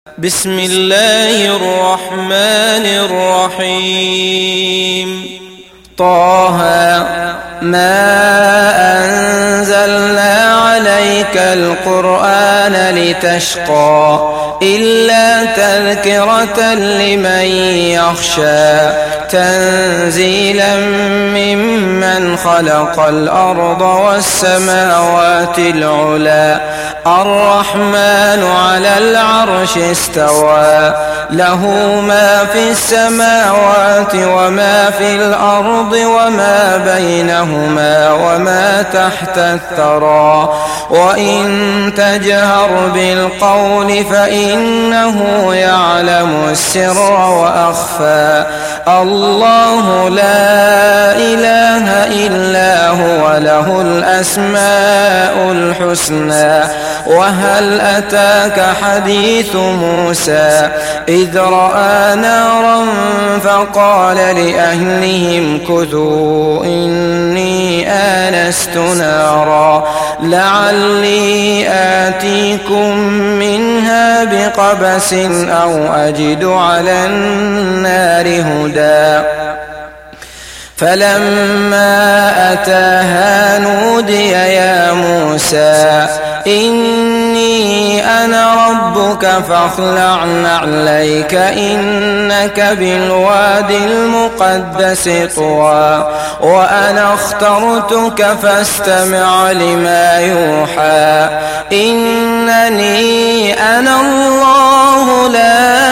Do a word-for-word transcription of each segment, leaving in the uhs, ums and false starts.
بسم الله الرحمن الرحيم. طه ما أنزلنا عليك القرآن لتشقى إلا تذكرة لمن يخشى تنزيلا ممن خلق الأرض والسماوات العلى الرحمن على العرش استوى له ما في السماوات وما في الأرض وما بينهما وما تحت الثرى وإن تجهر بالقول فإنه يعلم السر وأخفى الله لا إله إلا هو له الأسماء الحسنى. وهل أتاك حديث موسى إذ رأى نارا فقال لأهلهم كثوا إني آنست نارا لعلي آتيكم منها بقبس أو أجد على النار هدى. فلما أتاها نودي يا موسى إني أنا ربك فاخلع نعليك إنك بالوادي المقدس طوى وأنا اخترتك فاستمع لما يوحى إنني أنا الله لا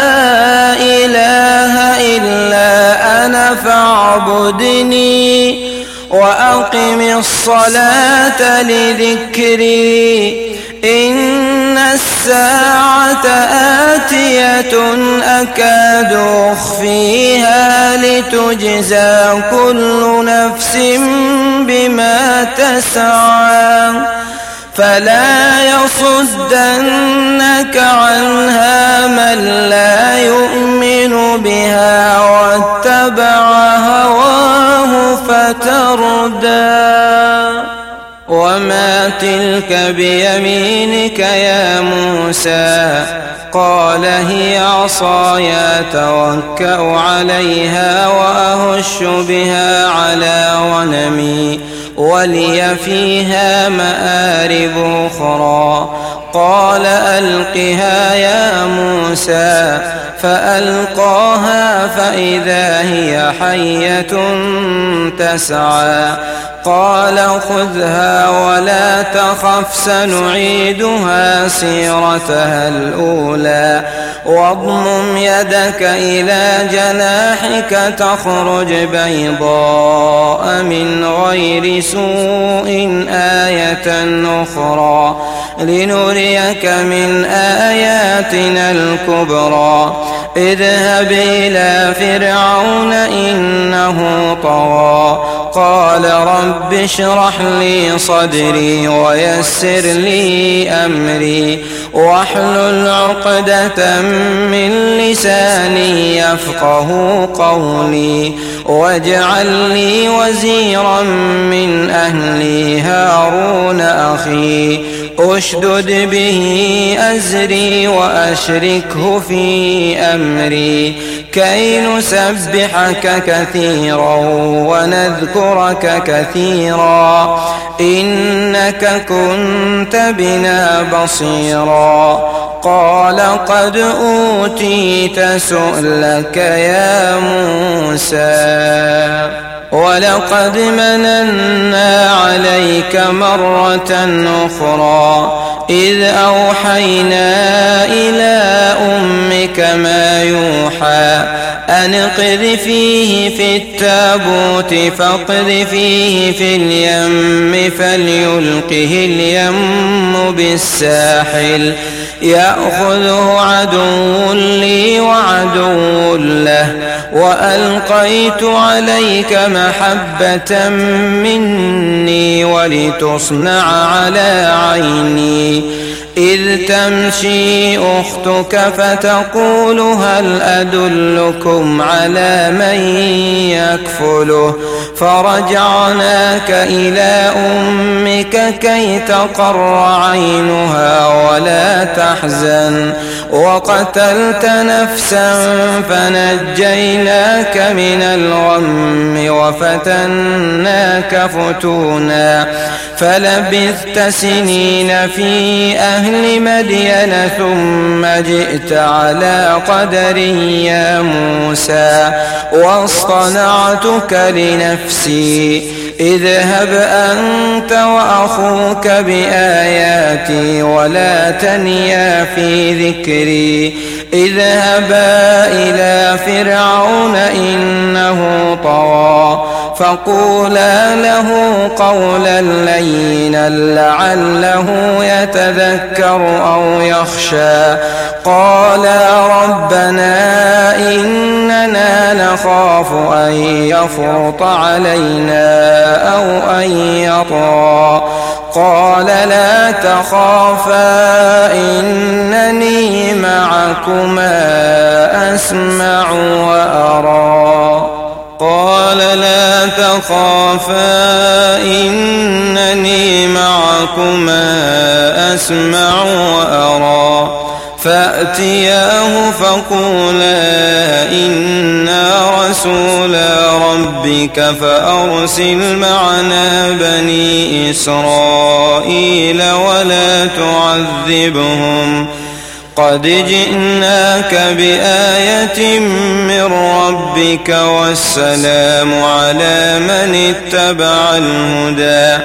إله إلا أنا فاعبدني وأقم الصلاة لذكري إن الساعة آتية أكاد أخفيها لتجزى كل نفس بما تسعى فلا يصدنك عنها من لا يؤمن بها واتبع هواه فتردى. وما تلك بيمينك يا موسى قال هي عصاي أتوكأ عليها وأهش بها على غنمي ولي فيها مآرب أخرى قال ألقها يا موسى فألقاها فإذا هي حية تسعى قال خذها ولا تخف سنعيدها سيرتها الأولى واضمم يدك إلى جناحك تخرج بيضاء من غير سوء آية أخرى لنريك من آياتنا الكبرى اذهب إلى فرعون إنه طغى قال رب اشرح لي صدري ويسر لي أمري واحلل عقدة من لساني يفقه قولي واجعل لي وزيرا من أهلي هارون أخي أشدد به أزري وأشركه في أمري كي نسبحك كثيرا ونذكرك كثيرا إنك كنت بنا بصيرا قال قد أوتيت سؤلك يا موسى ولقد مننا عليك مرة أخرى إذ أوحينا إلى أمك ما يوحى أن اقذفيه في التابوت فاقذفيه في اليم فليلقه اليم بالساحل يأخذه عدو لي وعدو له وألقيت عليك محبة مني ولتصنع على عيني إذ تمشي أختك فتقول هل أدلكم على من يكفله فرجعناك إلى أمك كي تقر عينها ولا تحزن وقتلت نفسا فنجيناك من الغم وفتناك فتونا فلبثت سنين في أهل مدين ثم جئت على قدر يا موسى واصطنعتك لنفسي اذهب أنت وأخوك بآياتي ولا تنيا في ذكري اذهبا إلى فرعون إنه طغى فقولا له قولا لينا لعله يتذكر أو يخشى قالا ربنا إننا نخاف أن يفرط علينا أو أن يطغى قال لا تخافا إنني معكما أسمع وأرى قال لا تخافا إنني معكما أسمع وأرى فأتياه فقولا إنا رسولا ربك فأرسل معنا بني إسرائيل ولا تعذبهم قد جئناك بآية من ربك والسلام على من اتبع الهدى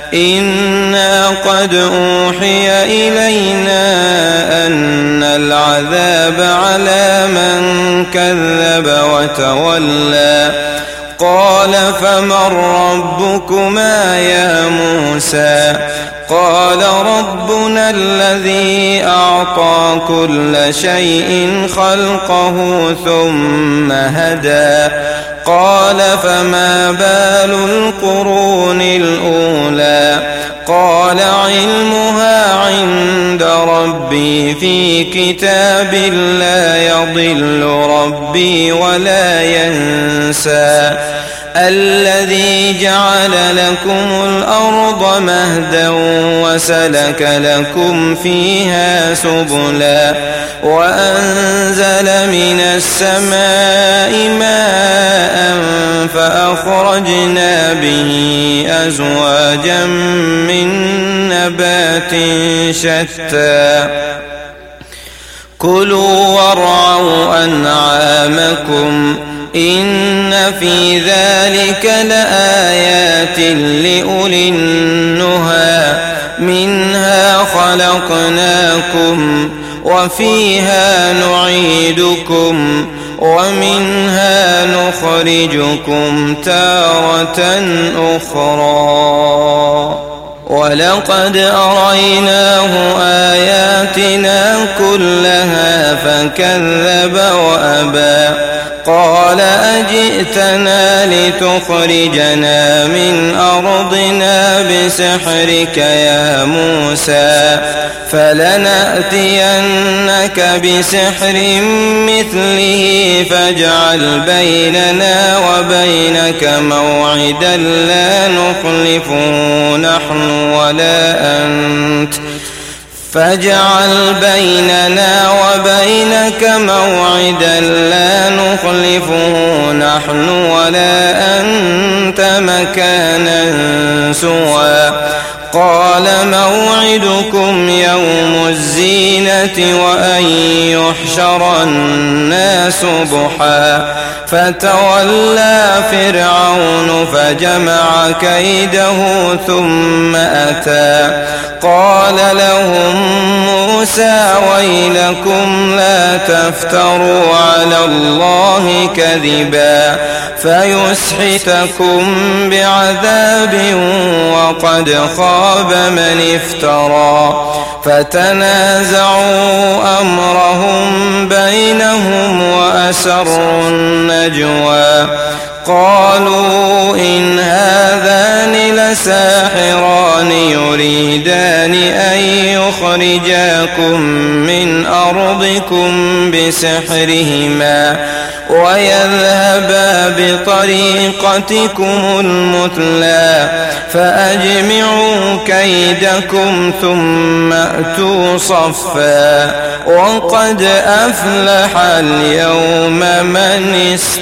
إنا قد أوحي إلينا أن العذاب على من كذب وتولى قال فمن ربكما يا موسى قال ربنا الذي أعطى كل شيء خلقه ثم هدى قال فما بال القرون الأولى قال علمها عند ربي في كتاب لا يضل ربي ولا ينسى الذي جعل لكم الأرض مهدا وسلك لكم فيها سبلا وأنزل من السماء ماء فأخرجنا به أزواجا من نبات شتى كلوا وارعوا أنعامكم إن في ذلك لآيات لأولي النهى منها خلقناكم وفيها نعيدكم ومنها نخرجكم تارة أخرى ولقد أريناه آياتنا كلها فكذب وأبى قال أجئتنا لتخرجنا من أرضنا بسحرك يا موسى فلنأتينك بسحر مثله فاجعل بيننا وبينك موعدا لا نخلفه نحن ولا أنت فاجعل بيننا وبينك موعدا لا نخلفه نحن ولا أنت مكانا سوى قال موعدكم يوم الزينة وأن يحشر الناس ضحى فتولى فرعون فجمع كيده ثم أتى قال لهم موسى ويلكم لا تفتروا على الله كذبا فيسحتكم بعذاب وقد خاب من افترى فتنازعوا أمرهم بينهم وأسروا النجوى قالوا إن هذان لساحران يريدان أن يخرجاكم من أرضكم بسحرهما ويذهبا بطريقتكم المثلى فأجمعوا كيدكم ثم أتوا صفا وقد أفلح اليوم من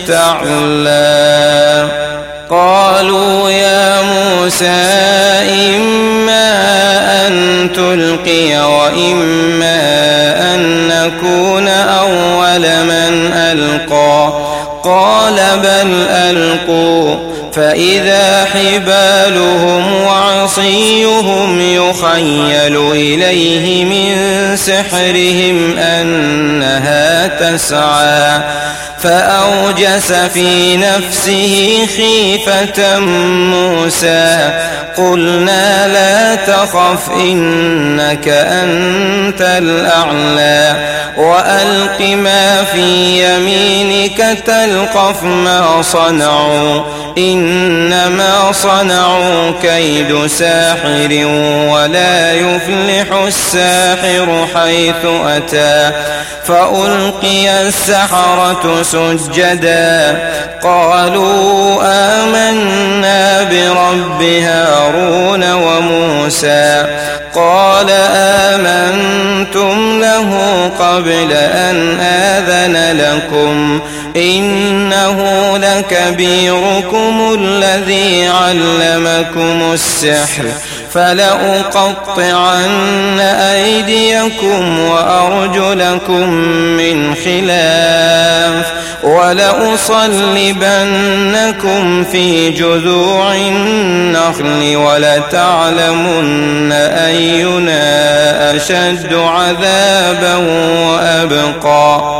استعلى. قالوا يا موسى إما أن تلقي وإما أن نكون أول من ألقى قال بل ألقوا فإذا حبالهم وعصيهم يخيل إليه من سحرهم أنها تسعى فأوجس في نفسه خيفة موسى قلنا لا تخف إنك أنت الأعلى وألق ما في يمينك تلقف ما صنعوا إنما صنعوا كيد ساحر ولا يفلح الساحر حيث أتى فألقي السحرة سجدا قالوا آمنا برب هارون وموسى قال آمنتم له قبل أن آذن لكم إنه لكبيركم الذي علمكم السحر فلأقطعن أيديكم وأرجلكم من خلاف ولأصلبنكم في جذوع النخل ولتعلمن أينا أشد عذابا وأبقى.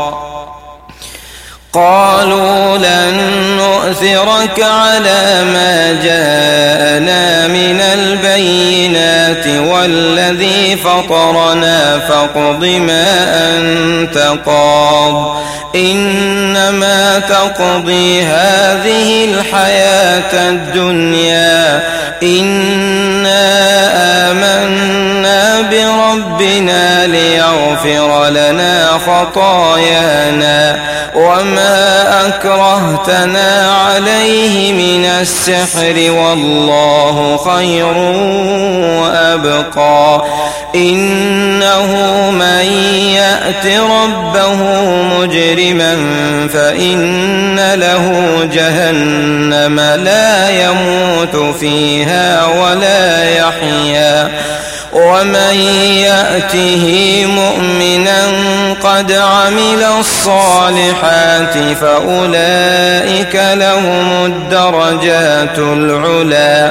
قالوا لن نؤثرك على ما جاءنا من البينات والذي فطرنا فاقض ما أنت قاض إنما تقضي هذه الحياة الدنيا إنا آمنا بربنا ليغفر لنا خطايانا وما أكرهتنا عليه من السحر والله خير وأبقى. إنه من يأت ربه مجرما فإن له جهنم لا يموت فيها ولا يحيا ومن يأته مؤمنا قد عمل الصالحات فأولئك لهم الدرجات العلى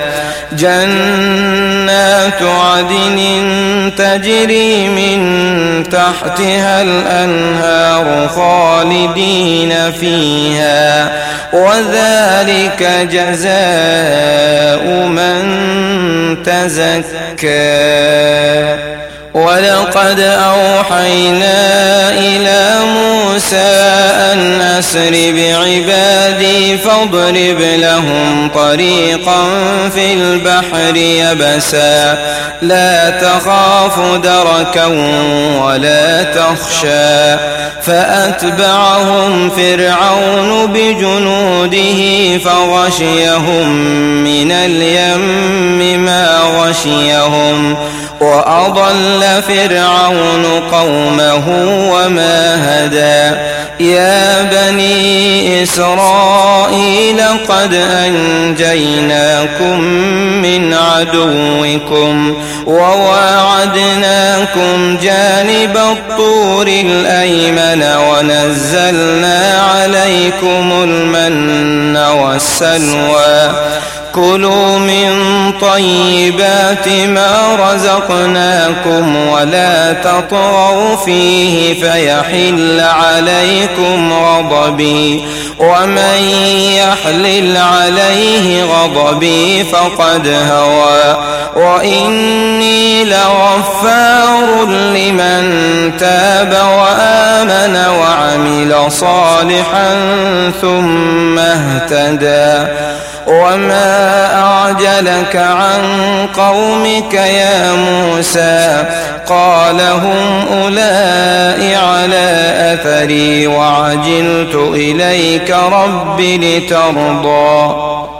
جنات عدن تجري من تحتها الأنهار خالدين فيها وذلك جزاء من تزكى. ولقد أوحينا إلى موسى أن أسر بعبادي فاضرب لهم طريقا في البحر يبسا لا تخاف دركا ولا تخشى فأتبعهم فرعون بجنوده فغشيهم من اليم ما غشيهم وأضل فرعون قومه وما هدى. يا بني إسرائيل قد أنجيناكم من عدوكم وواعدناكم جانب الطور الأيمن ونزلنا عليكم المن والسلوى كلوا من طيبات ما رزقناكم ولا تطغوا فيه فيحل عليكم غضبي ومن يحلل عليه غضبي فقد هوى وإني لغفار لمن تاب وآمن وعمل صالحا ثم اهتدى. وما أعجلك عن قومك يا موسى قال هم أولئك على أثري وعجلت إليك رب لترضى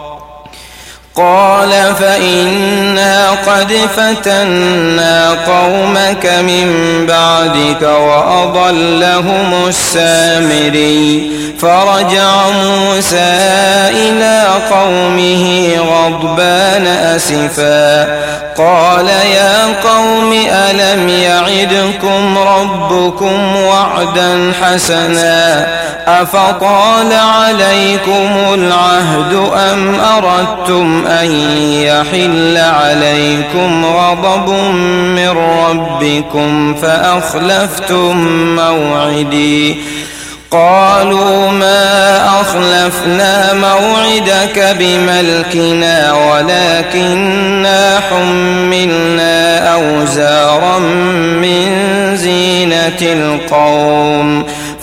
قال فإنا قد فتنا قومك من بعدك وأضلهم السامري فرجع موسى إلى قومه غضبان أسفا قال يا قوم ألم يعدكم ربكم وعدا حسنا أفطال عليكم العهد أم أردتم أن يحل عليكم غضب من ربكم فأخلفتم موعدي قالوا ما أخلفنا موعدك بملكنا ولكننا حملنا أوزارا من زينة القوم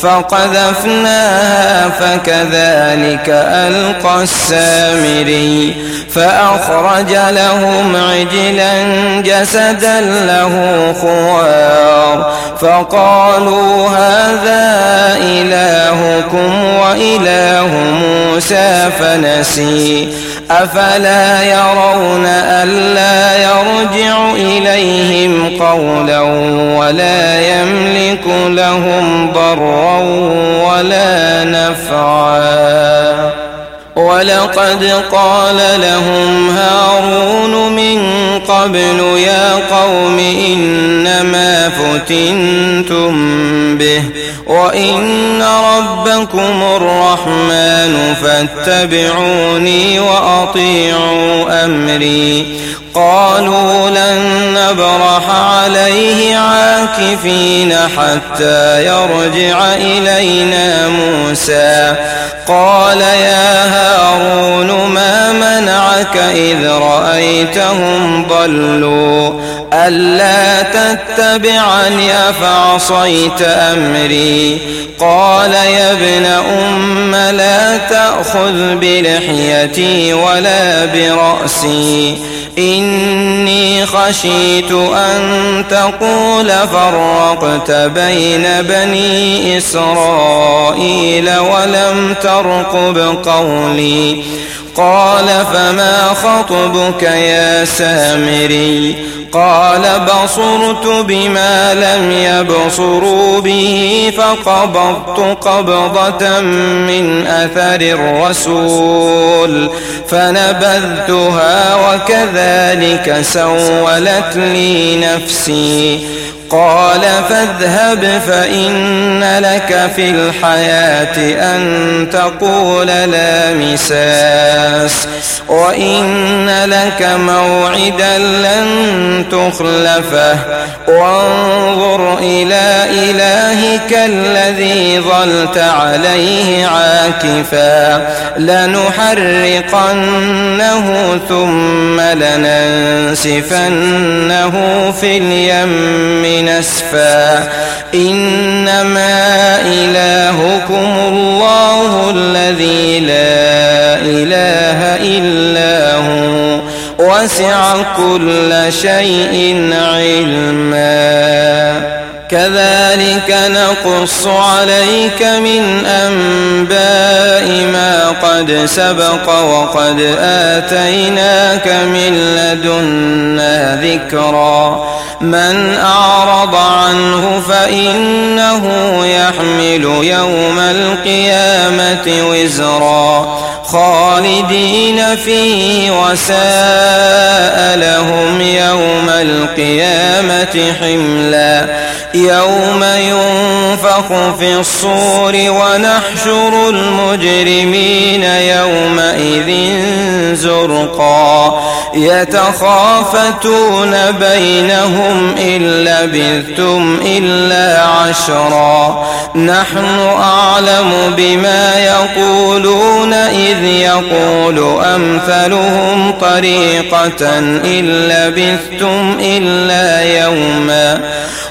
فقذفناها فكذلك ألقى السامري فأخرج لهم عجلا جسدا له خوار فقالوا هذا إلهكم وإله موسى فنسي أفلا يرون ألا يرجع إليهم قولا ولا يملك لهم ضرا ولا نفعا ولقد قال لهم هارون من قبل يا قوم إنما فتنتم به وإن ربكم الرحمن فاتبعوني وأطيعوا أمري قالوا لن نبرح عليه عاكفين حتى يرجع إلينا موسى قال يا هارون ما منعك إذ رأيتهم ضلوا ألا تتبعني أفعصيت أمري قال يا ابن أم لا تأخذ بلحيتي ولا برأسي إني خشيت أن تقول فرقت بين بني إسرائيل ولم ترقب قولي قال فما خطبك يا سامري قال بصرت بما لم يبصروا به فقبضت قبضة من أثر الرسول فنبذتها وكذلك سولت لي نفسي قال فاذهب فإن لك في الحياة أن تقول لا مساس وإن لك موعدا لن تخلفه وانظر إلى إلهك الذي ظلت عليه عاكفا لنحرقنه ثم لننسفنه في اليم نسفا إنما إلهكم الله الذي لا إله إلا هو وسع كل شيء علما كذلك نقص عليك من أنباء ما قد سبق وقد آتيناك من لدنا ذكرا من أعرض عنه فإنه يحمل يوم القيامة وزرا خالدين فيه وساء لهم يوم القيامة حملا يوم ينفخ في الصور ونحشر المجرمين يومئذ زرقا يتخافتون بينهم إن لبثتم إلا عشرا نحن أعلم بما يقولون إذ يقول أمثلهم طريقة إن لبثتم إلا يوما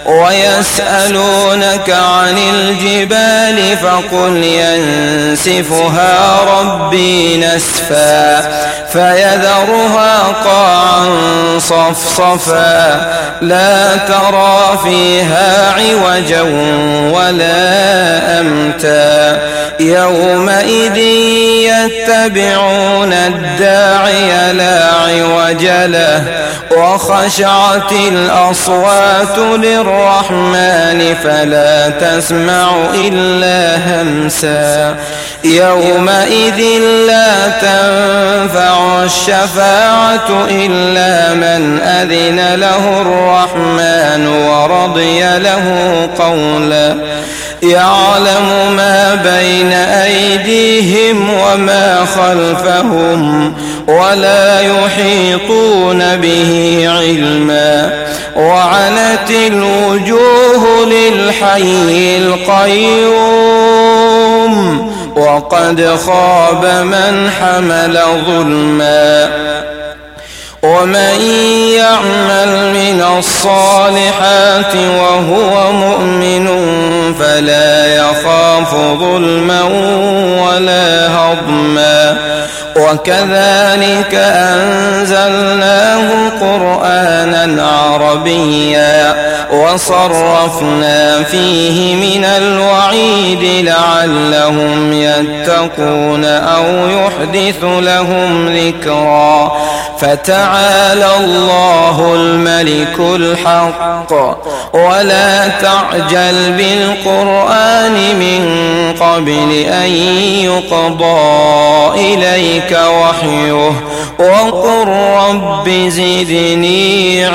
ويسألونك عن الجبال فقل ينسفها ربي نسفا فيذرها قاعا صفصفا لا ترى فيها عوجا ولا أمتا يومئذ يتبعون الداعي لا عوج له وخشعت الأصوات للرحمن فلا تسمع إلا همسا يومئذ لا تنفع الشفاعة إلا من أذن له الرحمن ورضي له قولا يعلم ما بين أيديهم وما خلفهم ولا يحيطون به علما وعنت الوجوه للحي القيوم وقد خاب من حمل ظلما ومن يعمل من الصالحات وهو مؤمن فلا يخاف ظلما ولا هضما وكذلك أنزلناه قرآنا عربيا وصرفنا فيه من الوعيد لعلهم يتقون أو يحدث لهم ذكرا فتعالى الله الملك الحق ولا تعجل بالقرآن من قبل أن يقضى إليك وحيه وقل رب زدني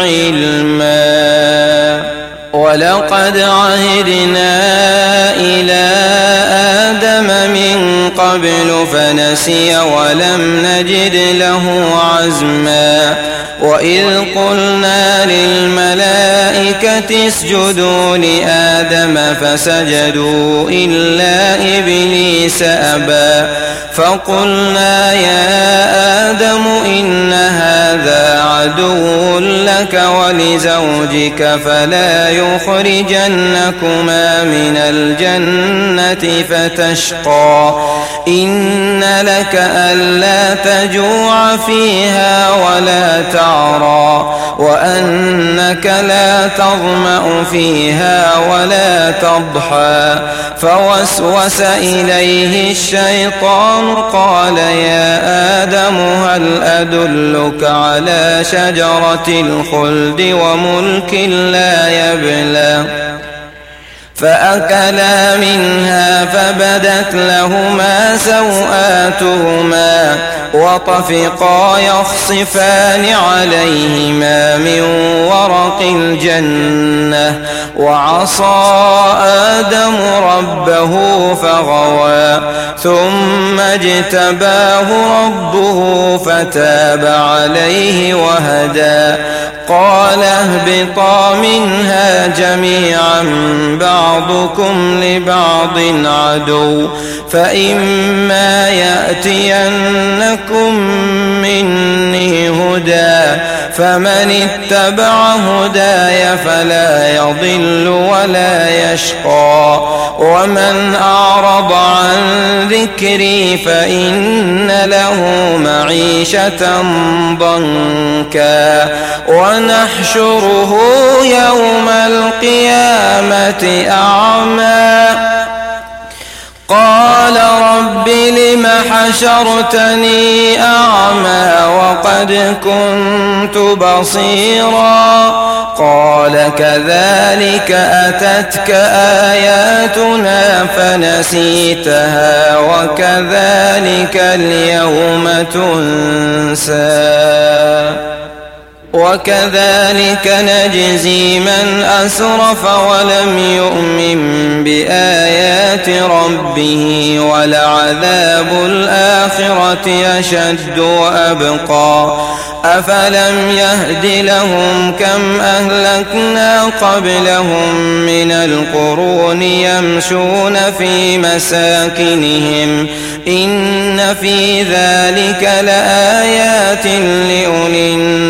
علما ولقد عهدنا إلى آدم من قبل فنسي ولم نجد له عزما وإذ قلنا للملائكة اسجدوا لآدم فسجدوا إلا إبليس أبى فقلنا يا آدم إن هذا عدو لك ولزوجك فلا يخرجنكما من الجنة فتشقى إن لك ألا تجوع فيها ولا تعرى وأنك لا تظمأ فيها ولا تضحى فوسوس إليه الشيطان قال يا آدم هل أدلك على شجرة الخلد وملك لا يبلى فأكلا منها فبدت لهما سوآتهما وطفقا يخصفان عليهما من ورق الجنة وعصى آدم ربه فغوى ثم اجتباه ربه فتاب عليه وهدى قال اهبطا منها جميعا بعضكم لبعض عدو فإما يأتينكم مني هدى فمن اتبع هداي فلا يضل ولا يشقى ومن أعرض عن ذكري فإن له معيشة ضنكا ونحشره يوم القيامة أعمى قال رب لم حشرتني أعمى وقد كنت بصيرا قال كذلك أتتك آياتنا فنسيتها وكذلك اليوم تنسى وكذلك نجزي من أسرف ولم يؤمن بآيات ربه ولعذاب الآخرة أشد وأبقى أفلم يهد لهم كم أهلكنا قبلهم من القرون يمشون في مساكنهم إن في ذلك لآيات لأولي النهى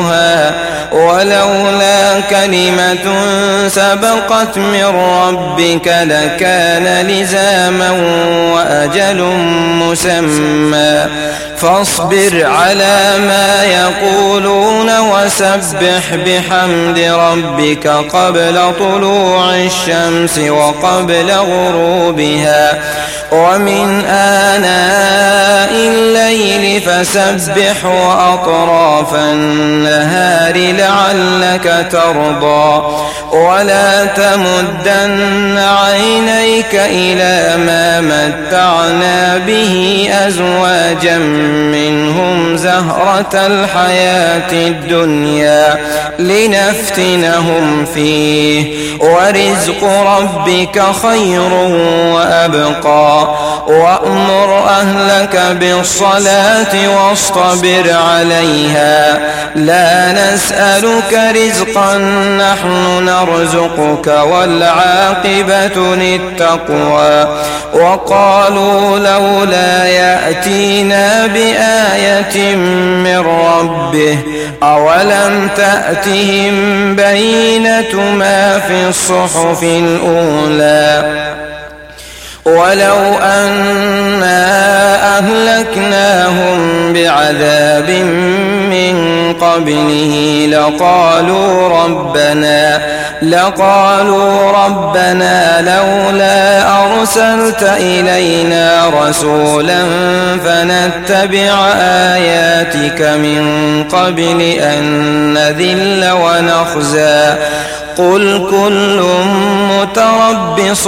يصلها ولولا كلمة سبقت من ربك لكان لزاما وأجل مسمى فاصبر على ما يقولون وسبح بحمد ربك قبل طلوع الشمس وقبل غروبها ومن آناء الليل فسبح وأطراف النهار لعلك ترضى ولا تمدن عينيك إلى ما متعنا به أزواجا منهم زهرة الحياة الدنيا لنفتنهم فيه ورزق ربك خير وأبقى وأمر أهلك بالصلاة واصطبر عليها لا نسألك رزقا نحن نرزقك والعاقبة للتقوى وقالوا لولا يأتينا بآية من ربه أولم تأتهم بينة ما في الصحف الأولى ولو أنا أهلكناهم بعذاب من قبله لقالوا ربنا لقالوا ربنا لولا أرسلت إلينا رسولا فنتبع آياتك من قبل أن نذل ونخزى قل كل متربص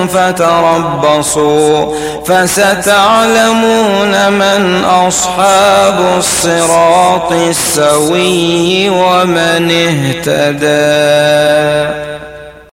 فتربصوا فستعلمون من أصحاب الصراط السوي ومن اهتدى.